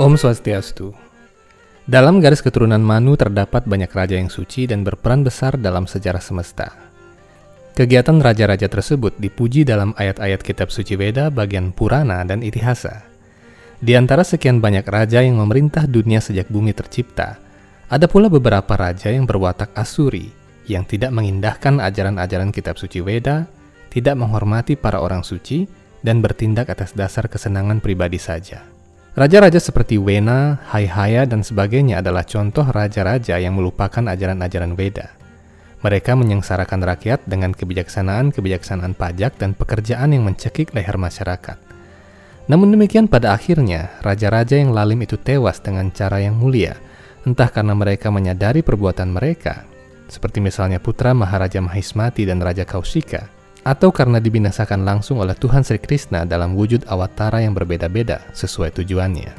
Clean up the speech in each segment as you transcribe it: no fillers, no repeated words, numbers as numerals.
Om Swastiastu. Dalam garis keturunan Manu terdapat banyak raja yang suci dan berperan besar dalam sejarah semesta. Kegiatan raja-raja tersebut dipuji dalam ayat-ayat kitab suci Veda bagian Purana dan Itihasa. Di antara sekian banyak raja yang memerintah dunia sejak bumi tercipta, ada pula beberapa raja yang berwatak asuri, yang tidak mengindahkan ajaran-ajaran kitab suci Veda, tidak menghormati para orang suci, dan bertindak atas dasar kesenangan pribadi saja. Raja-raja seperti Wena, Haihaya, dan sebagainya adalah contoh raja-raja yang melupakan ajaran-ajaran Veda. Mereka menyengsarakan rakyat dengan kebijaksanaan pajak dan pekerjaan yang mencekik leher masyarakat. Namun demikian pada akhirnya, raja-raja yang lalim itu tewas dengan cara yang mulia, entah karena mereka menyadari perbuatan mereka, seperti misalnya putra Maharaja Mahismati dan Raja Kaushika, atau karena dibinasakan langsung oleh Tuhan Sri Krishna dalam wujud awatara yang berbeda-beda sesuai tujuannya.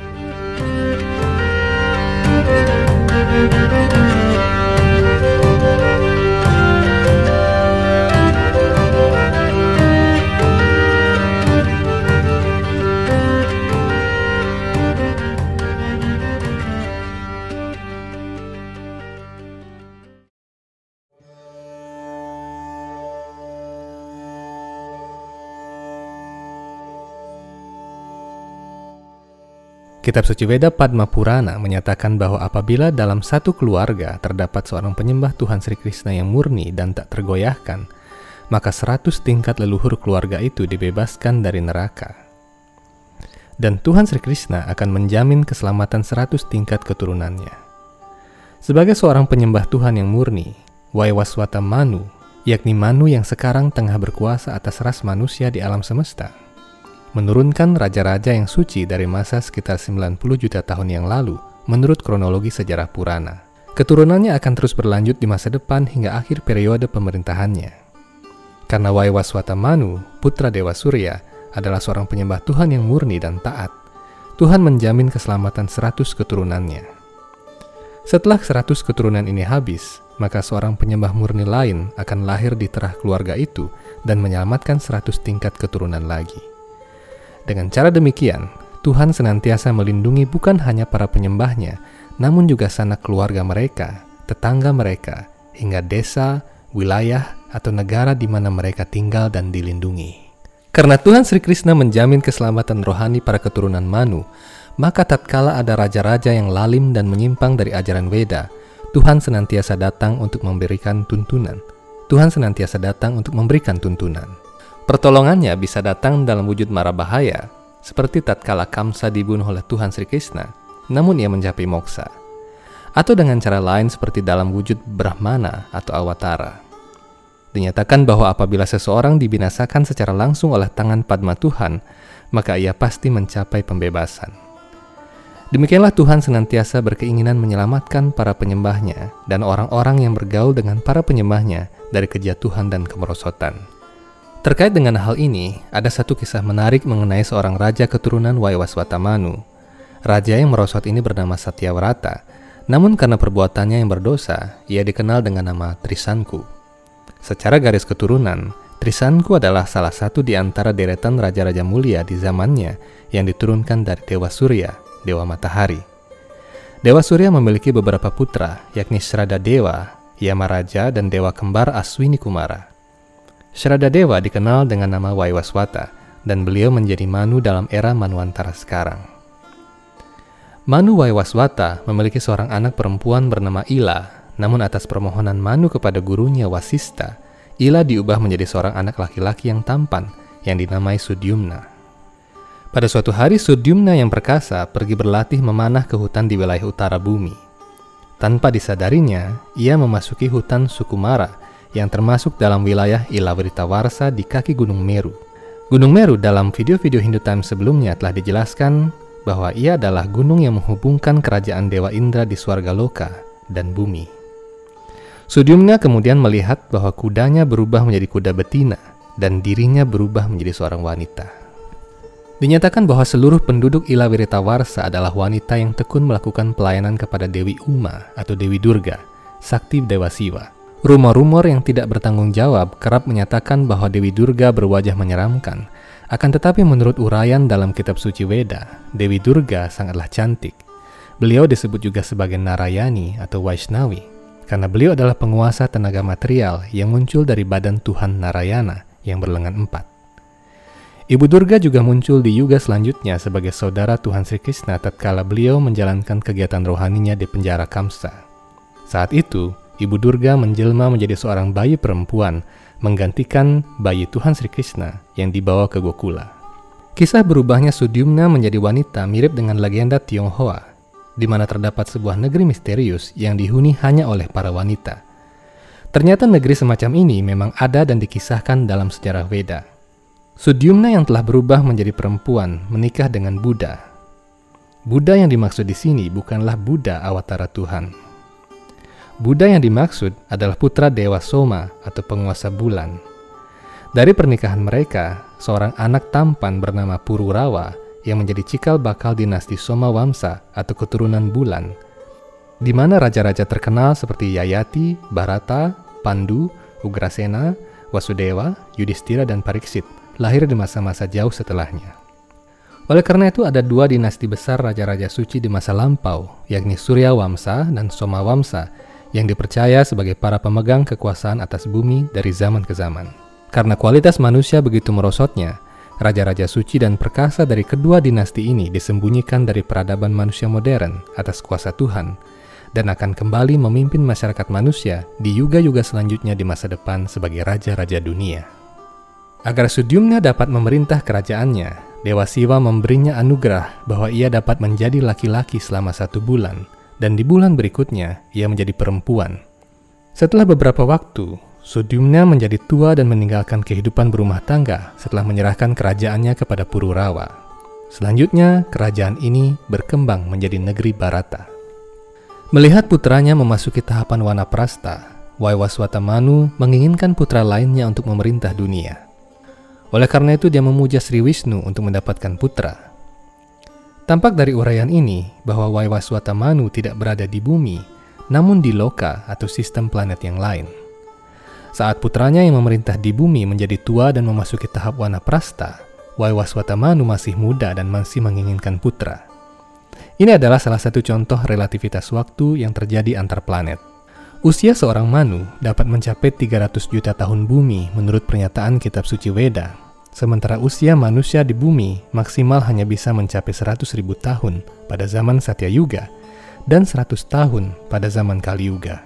Kitab suci Veda Padma Purana menyatakan bahwa apabila dalam satu keluarga terdapat seorang penyembah Tuhan Sri Krishna yang murni dan tak tergoyahkan, maka 100 tingkat leluhur keluarga itu dibebaskan dari neraka. Dan Tuhan Sri Krishna akan menjamin keselamatan 100 tingkat keturunannya. Sebagai seorang penyembah Tuhan yang murni, Waiwaswata Manu, yakni Manu yang sekarang tengah berkuasa atas ras manusia di alam semesta, menurunkan raja-raja yang suci dari masa sekitar 90 juta tahun yang lalu menurut kronologi sejarah Purana. Keturunannya akan terus berlanjut di masa depan hingga akhir periode pemerintahannya. Karena Waiwaswata Manu, putra Dewa Surya, adalah seorang penyembah Tuhan yang murni dan taat, Tuhan menjamin keselamatan 100 keturunannya. Setelah 100 keturunan ini habis, maka seorang penyembah murni lain akan lahir di terah keluarga itu dan menyelamatkan 100 tingkat keturunan lagi. Dengan cara demikian, Tuhan senantiasa melindungi bukan hanya para penyembahnya, namun juga sanak keluarga mereka, tetangga mereka, hingga desa, wilayah, atau negara di mana mereka tinggal dan dilindungi. Karena Tuhan Sri Krishna menjamin keselamatan rohani para keturunan Manu, maka tatkala ada raja-raja yang lalim dan menyimpang dari ajaran Veda, Tuhan senantiasa datang untuk memberikan tuntunan. Pertolongannya bisa datang dalam wujud mara bahaya, seperti tatkala Kamsa dibunuh oleh Tuhan Sri Krishna, namun ia mencapai moksa. Atau dengan cara lain seperti dalam wujud Brahmana atau Awatara. Dinyatakan bahwa apabila seseorang dibinasakan secara langsung oleh tangan Padma Tuhan, maka ia pasti mencapai pembebasan. Demikianlah Tuhan senantiasa berkeinginan menyelamatkan para penyembahnya dan orang-orang yang bergaul dengan para penyembahnya dari kejatuhan dan kemerosotan. Terkait dengan hal ini, ada satu kisah menarik mengenai seorang raja keturunan Waiwaswata Manu. Raja yang merosot ini bernama Satyavrata, namun karena perbuatannya yang berdosa, ia dikenal dengan nama Trisanku. Secara garis keturunan, Trisanku adalah salah satu di antara deretan raja-raja mulia di zamannya yang diturunkan dari Dewa Surya, Dewa Matahari. Dewa Surya memiliki beberapa putra, yakni Shradadewa, Yamaraja, dan Dewa Kembar Aswini Kumara. Shradadewa dikenal dengan nama Waiwaswata, dan beliau menjadi Manu dalam era Manwantara sekarang. Manu Waiwaswata memiliki seorang anak perempuan bernama Ila, namun atas permohonan Manu kepada gurunya Wasista, Ila diubah menjadi seorang anak laki-laki yang tampan, yang dinamai Sudyumna. Pada suatu hari Sudyumna yang perkasa pergi berlatih memanah ke hutan di wilayah utara bumi. Tanpa disadarinya, ia memasuki hutan Sukumara, yang termasuk dalam wilayah Ilavritawarsa di kaki Gunung Meru. Gunung Meru dalam video-video Hindu Times sebelumnya telah dijelaskan bahwa ia adalah gunung yang menghubungkan kerajaan Dewa Indra di Swargaloka dan bumi. Sudyumna kemudian melihat bahwa kudanya berubah menjadi kuda betina dan dirinya berubah menjadi seorang wanita. Dinyatakan bahwa seluruh penduduk Ilavritawarsa adalah wanita yang tekun melakukan pelayanan kepada Dewi Uma atau Dewi Durga, sakti Dewa Siwa. Rumor-rumor yang tidak bertanggung jawab kerap menyatakan bahwa Dewi Durga berwajah menyeramkan Akan tetapi menurut uraian dalam kitab suci Weda, Dewi Durga sangatlah cantik. Beliau disebut juga sebagai Narayani atau Vaishnavi, karena beliau adalah penguasa tenaga material yang muncul dari badan Tuhan Narayana yang berlengan 4. Ibu Durga juga muncul di yuga selanjutnya sebagai saudara Tuhan Sri Krishna tatkala beliau menjalankan kegiatan rohaninya di penjara Kamsa. Saat itu, Ibu Durga menjelma menjadi seorang bayi perempuan, menggantikan bayi Tuhan Sri Krishna yang dibawa ke Gokula. Kisah berubahnya Sudyumna menjadi wanita mirip dengan legenda Tionghoa, di mana terdapat sebuah negeri misterius yang dihuni hanya oleh para wanita. Ternyata negeri semacam ini memang ada dan dikisahkan dalam sejarah Weda. Sudyumna yang telah berubah menjadi perempuan menikah dengan Buddha. Buddha yang dimaksud di sini bukanlah Buddha awatara Tuhan. Buddha yang dimaksud adalah putra Dewa Soma atau penguasa bulan. Dari pernikahan mereka, seorang anak tampan bernama Pururawa yang menjadi cikal bakal dinasti Soma Wamsa atau keturunan bulan, di mana raja-raja terkenal seperti Yayati, Bharata, Pandu, Ugrasena, Wasudewa, Yudhistira, dan Pariksit lahir di masa-masa jauh setelahnya. Oleh karena itu ada 2 dinasti besar raja-raja suci di masa lampau, yakni Surya Wamsa dan Soma Wamsa, yang dipercaya sebagai para pemegang kekuasaan atas bumi dari zaman ke zaman. Karena kualitas manusia begitu merosotnya, raja-raja suci dan perkasa dari kedua dinasti ini disembunyikan dari peradaban manusia modern atas kuasa Tuhan, dan akan kembali memimpin masyarakat manusia di yuga-yuga selanjutnya di masa depan sebagai raja-raja dunia. Agar Sudyumna dapat memerintah kerajaannya, Dewa Siwa memberinya anugerah bahwa ia dapat menjadi laki-laki selama 1 bulan, dan di bulan berikutnya ia menjadi perempuan. Setelah beberapa waktu, Sudyumna menjadi tua dan meninggalkan kehidupan berumah tangga setelah menyerahkan kerajaannya kepada Pururawa. Selanjutnya, kerajaan ini berkembang menjadi negeri Bharata. Melihat putranya memasuki tahapan wanaprastha, Waiwaswata Manu menginginkan putra lainnya untuk memerintah dunia. Oleh karena itu dia memuja Sri Wisnu untuk mendapatkan putra. Tampak dari uraian ini bahwa Waiwaswata Manu tidak berada di bumi, namun di loka atau sistem planet yang lain. Saat putranya yang memerintah di bumi menjadi tua dan memasuki tahap wanaprastha, Waiwaswata Manu masih muda dan masih menginginkan putra. Ini adalah salah satu contoh relativitas waktu yang terjadi antar planet. Usia seorang Manu dapat mencapai 300 juta tahun bumi menurut pernyataan kitab suci Weda. Sementara usia manusia di bumi maksimal hanya bisa mencapai 100.000 tahun pada zaman Satya Yuga dan 100 tahun pada zaman Kali Yuga.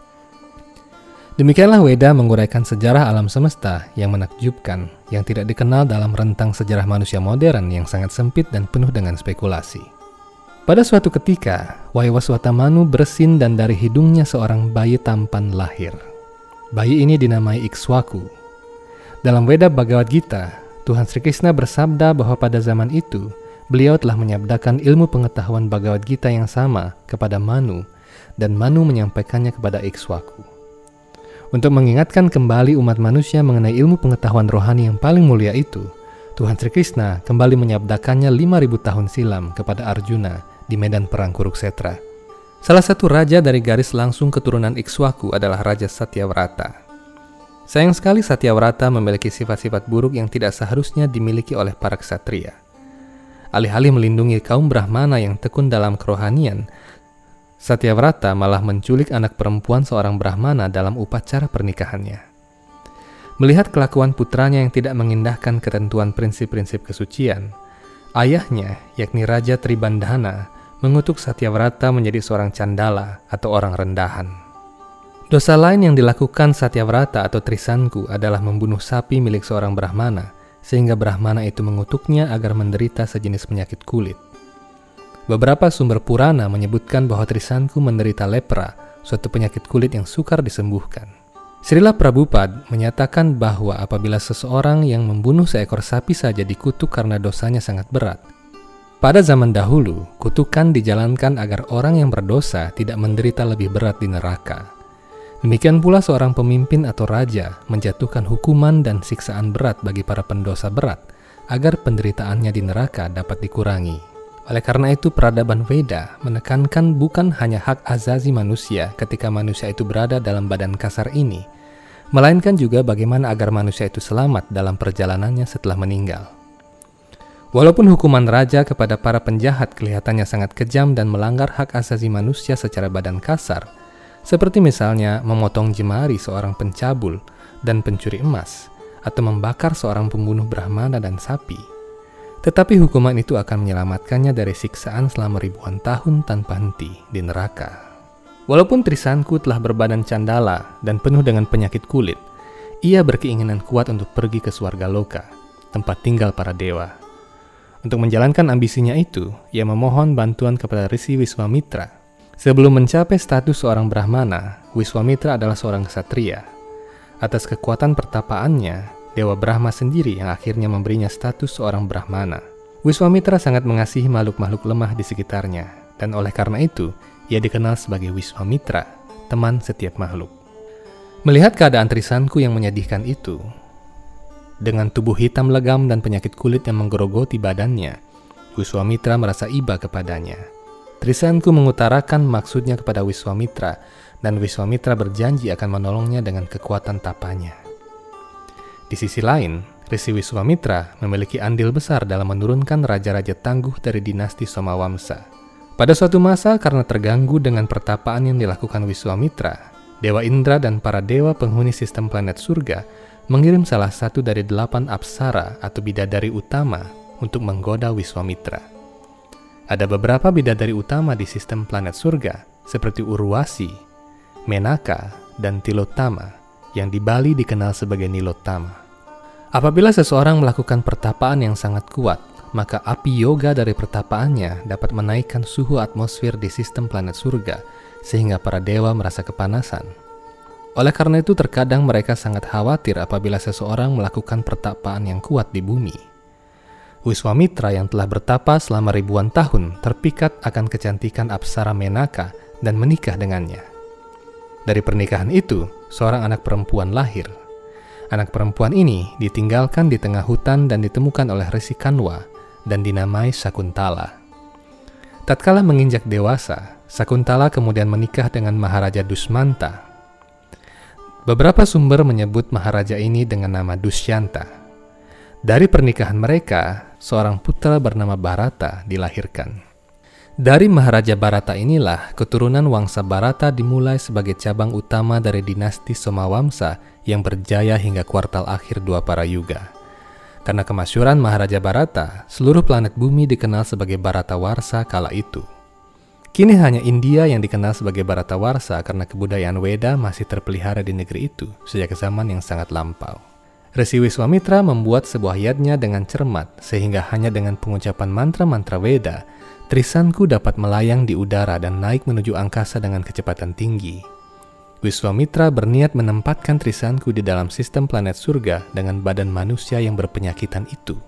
Demikianlah Weda menguraikan sejarah alam semesta yang menakjubkan, yang tidak dikenal dalam rentang sejarah manusia modern yang sangat sempit dan penuh dengan spekulasi. Pada suatu ketika, Waiwaswata Manu bersin dan dari hidungnya seorang bayi tampan lahir. Bayi ini dinamai Ikswaku. Dalam Weda Bhagavad Gita, Tuhan Sri Krishna bersabda bahwa pada zaman itu, beliau telah menyabdakan ilmu pengetahuan Bhagavad Gita yang sama kepada Manu, dan Manu menyampaikannya kepada Ikswaku. Untuk mengingatkan kembali umat manusia mengenai ilmu pengetahuan rohani yang paling mulia itu, Tuhan Sri Krishna kembali menyabdakannya 5.000 tahun silam kepada Arjuna di medan perang Kuruksetra. Salah satu raja dari garis langsung keturunan Ikswaku adalah Raja Satyavrata. Sayang sekali Satyavrata memiliki sifat-sifat buruk yang tidak seharusnya dimiliki oleh para ksatria. Alih-alih melindungi kaum Brahmana yang tekun dalam kerohanian, Satyavrata malah menculik anak perempuan seorang Brahmana dalam upacara pernikahannya. Melihat kelakuan putranya yang tidak mengindahkan ketentuan prinsip-prinsip kesucian, ayahnya, yakni Raja Tribandhana, mengutuk Satyavrata menjadi seorang candala atau orang rendahan. Dosa lain yang dilakukan Satyavrata atau Trisanku adalah membunuh sapi milik seorang Brahmana, sehingga Brahmana itu mengutuknya agar menderita sejenis penyakit kulit. Beberapa sumber Purana menyebutkan bahwa Trisanku menderita lepra, suatu penyakit kulit yang sukar disembuhkan. Srila Prabhupada menyatakan bahwa apabila seseorang yang membunuh seekor sapi saja dikutuk karena dosanya sangat berat, pada zaman dahulu, kutukan dijalankan agar orang yang berdosa tidak menderita lebih berat di neraka. Demikian pula seorang pemimpin atau raja menjatuhkan hukuman dan siksaan berat bagi para pendosa berat agar penderitaannya di neraka dapat dikurangi. Oleh karena itu, peradaban Weda menekankan bukan hanya hak azazi manusia ketika manusia itu berada dalam badan kasar ini, melainkan juga bagaimana agar manusia itu selamat dalam perjalanannya setelah meninggal. Walaupun hukuman raja kepada para penjahat kelihatannya sangat kejam dan melanggar hak asasi manusia secara badan kasar, seperti misalnya memotong jemari seorang pencabul dan pencuri emas, atau membakar seorang pembunuh Brahmana dan sapi, tetapi hukuman itu akan menyelamatkannya dari siksaan selama ribuan tahun tanpa henti di neraka. Walaupun Trisanku telah berbadan candala dan penuh dengan penyakit kulit, ia berkeinginan kuat untuk pergi ke Swargaloka, tempat tinggal para dewa. Untuk menjalankan ambisinya itu, ia memohon bantuan kepada Risi Wiswamitra. Sebelum mencapai status seorang Brahmana, Wiswamitra adalah seorang ksatria. Atas kekuatan pertapaannya, Dewa Brahma sendiri yang akhirnya memberinya status seorang Brahmana. Wiswamitra sangat mengasihi makhluk-makhluk lemah di sekitarnya, dan oleh karena itu, ia dikenal sebagai Wiswamitra, teman setiap makhluk. Melihat keadaan Trisanku yang menyedihkan itu, dengan tubuh hitam legam dan penyakit kulit yang menggerogoti badannya, Wiswamitra merasa iba kepadanya. Trisanku mengutarakan maksudnya kepada Wiswamitra, dan Wiswamitra berjanji akan menolongnya dengan kekuatan tapanya. Di sisi lain, Risi Wiswamitra memiliki andil besar dalam menurunkan raja-raja tangguh dari dinasti Somawamsa. Pada suatu masa, karena terganggu dengan pertapaan yang dilakukan Wiswamitra, Dewa Indra dan para dewa penghuni sistem planet surga mengirim salah satu dari 8 apsara atau bidadari utama untuk menggoda Wiswamitra. Ada beberapa bidadari utama di sistem planet surga seperti Urwasi, Menaka, dan Tilotama yang di Bali dikenal sebagai Nilotama. Apabila seseorang melakukan pertapaan yang sangat kuat, maka api yoga dari pertapaannya dapat menaikkan suhu atmosfer di sistem planet surga sehingga para dewa merasa kepanasan. Oleh karena itu terkadang mereka sangat khawatir apabila seseorang melakukan pertapaan yang kuat di bumi. Wiswamitra yang telah bertapa selama ribuan tahun terpikat akan kecantikan apsara Menaka dan menikah dengannya. Dari pernikahan itu, seorang anak perempuan lahir. Anak perempuan ini ditinggalkan di tengah hutan dan ditemukan oleh Resi Kanwa dan dinamai Sakuntala. Tatkala menginjak dewasa, Sakuntala kemudian menikah dengan Maharaja Dusmanta. Beberapa sumber menyebut Maharaja ini dengan nama Dusyanta. Dari pernikahan mereka, seorang putra bernama Bharata dilahirkan. Dari Maharaja Bharata inilah keturunan Wangsa Bharata dimulai sebagai cabang utama dari dinasti Somawamsa yang berjaya hingga kuartal akhir Dwapara Yuga. Karena kemasyhuran Maharaja Bharata, seluruh planet bumi dikenal sebagai Bharatawarsa kala itu. Kini hanya India yang dikenal sebagai Bharatawarsa karena kebudayaan Weda masih terpelihara di negeri itu sejak zaman yang sangat lampau. Resi Wiswamitra membuat sebuah yadnya dengan cermat sehingga hanya dengan pengucapan mantra-mantra Weda, Trisanku dapat melayang di udara dan naik menuju angkasa dengan kecepatan tinggi. Wiswamitra berniat menempatkan Trisanku di dalam sistem planet surga dengan badan manusia yang berpenyakitan itu.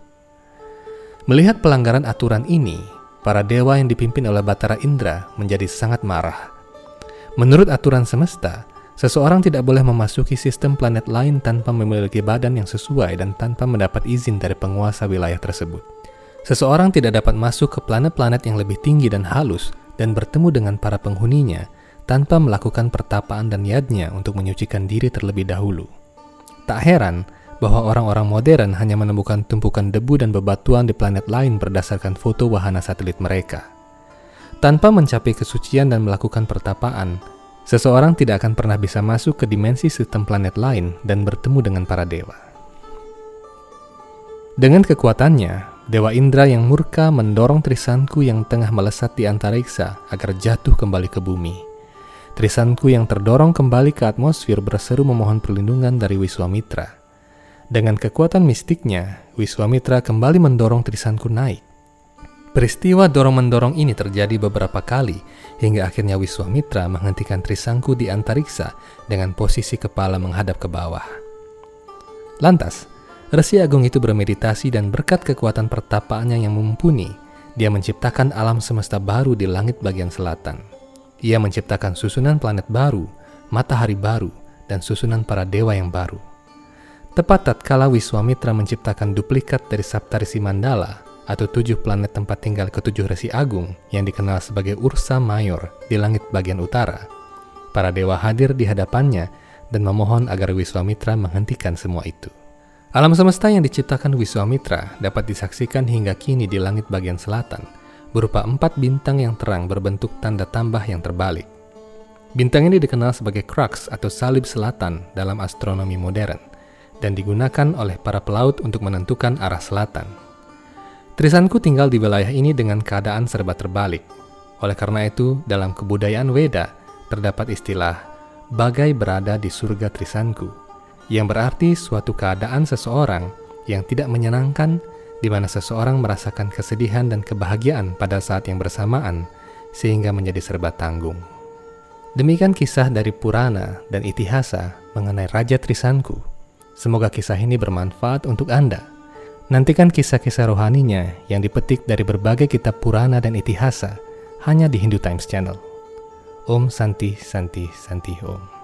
Melihat pelanggaran aturan ini, para dewa yang dipimpin oleh Batara Indra menjadi sangat marah. Menurut aturan semesta, seseorang tidak boleh memasuki sistem planet lain tanpa memiliki badan yang sesuai dan tanpa mendapat izin dari penguasa wilayah tersebut. Seseorang tidak dapat masuk ke planet-planet yang lebih tinggi dan halus dan bertemu dengan para penghuninya tanpa melakukan pertapaan dan yadnya untuk menyucikan diri terlebih dahulu. Tak heran bahwa orang-orang modern hanya menemukan tumpukan debu dan bebatuan di planet lain berdasarkan foto wahana satelit mereka. Tanpa mencapai kesucian dan melakukan pertapaan, seseorang tidak akan pernah bisa masuk ke dimensi sistem planet lain dan bertemu dengan para dewa. Dengan kekuatannya, Dewa Indra yang murka mendorong Trisanku yang tengah melesat di antariksa agar jatuh kembali ke bumi. Trisanku yang terdorong kembali ke atmosfer berseru memohon perlindungan dari Wiswamitra. Dengan kekuatan mistiknya, Wiswamitra kembali mendorong Trisanku naik. Peristiwa dorong-mendorong ini terjadi beberapa kali, hingga akhirnya Wiswamitra menghentikan Trisanku di antariksa dengan posisi kepala menghadap ke bawah. Lantas, Resi Agung itu bermeditasi dan berkat kekuatan pertapaannya yang mumpuni, dia menciptakan alam semesta baru di langit bagian selatan. Ia menciptakan susunan planet baru, matahari baru, dan susunan para dewa yang baru. Tepat tatkala Wiswamitra menciptakan duplikat dari Saptarsi Mandala, atau 7 planet tempat tinggal ke-7 Resi Agung yang dikenal sebagai Ursa Mayor di langit bagian utara, para dewa hadir di hadapannya dan memohon agar Wiswamitra menghentikan semua itu. Alam semesta yang diciptakan Wiswamitra dapat disaksikan hingga kini di langit bagian selatan, berupa 4 bintang yang terang berbentuk tanda tambah yang terbalik. Bintang ini dikenal sebagai crux atau salib selatan dalam astronomi modern, dan digunakan oleh para pelaut untuk menentukan arah selatan. Trisanku tinggal di wilayah ini dengan keadaan serba terbalik. Oleh karena itu, dalam kebudayaan Weda, terdapat istilah bagai berada di surga Trisanku, yang berarti suatu keadaan seseorang yang tidak menyenangkan, di mana seseorang merasakan kesedihan dan kebahagiaan pada saat yang bersamaan, sehingga menjadi serba tanggung. Demikian kisah dari Purana dan Itihasa mengenai Raja Trisanku. Semoga kisah ini bermanfaat untuk Anda. Nantikan kisah-kisah rohaninya yang dipetik dari berbagai kitab Purana dan Itihasa hanya di Hindu Times Channel. Om Santi Santi Santi Om.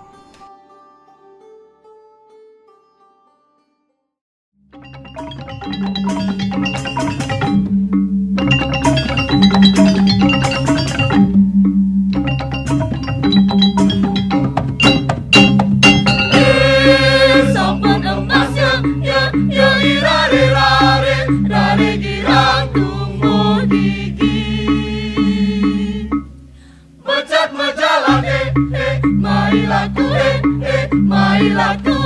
Mai laku